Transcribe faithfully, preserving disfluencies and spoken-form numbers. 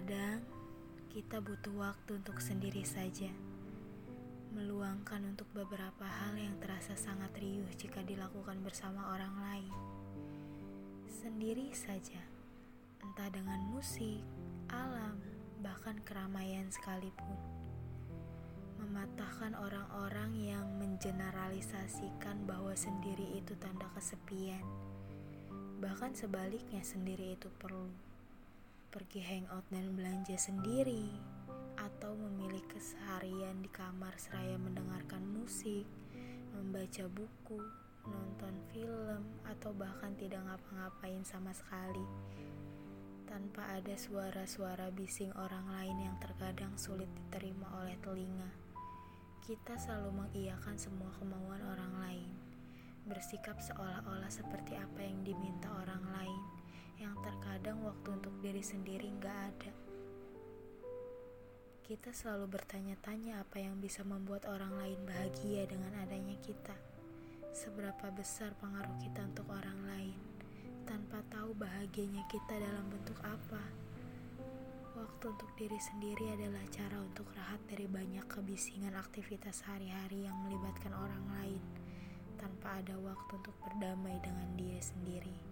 Kadang kita butuh waktu untuk sendiri saja, meluangkan untuk beberapa hal yang terasa sangat riuh jika dilakukan bersama orang lain. Sendiri saja, entah dengan musik, alam, bahkan keramaian sekalipun. Mematahkan orang-orang yang mengeneralisasikan bahwa sendiri itu tanda kesepian. Bahkan sebaliknya, sendiri itu perlu. Pergi hangout dan belanja sendiri, atau memilih keseharian di kamar seraya mendengarkan musik, membaca buku, nonton film, atau bahkan tidak ngapa-ngapain sama sekali, tanpa ada suara-suara bising orang lain yang terkadang sulit diterima oleh telinga. Kita selalu mengiyakan semua kemauan orang lain, bersikap seolah-olah seperti apa yang diminta orang lain, yang terkadang waktu untuk diri sendiri gak ada. Kita selalu bertanya-tanya apa yang bisa membuat orang lain bahagia dengan adanya kita. Seberapa besar pengaruh kita untuk orang lain, tanpa tahu bahagianya kita dalam bentuk apa. Waktu untuk diri sendiri adalah cara untuk rehat dari banyak kebisingan aktivitas sehari-hari yang melibatkan orang lain, tanpa ada waktu untuk berdamai dengan diri sendiri.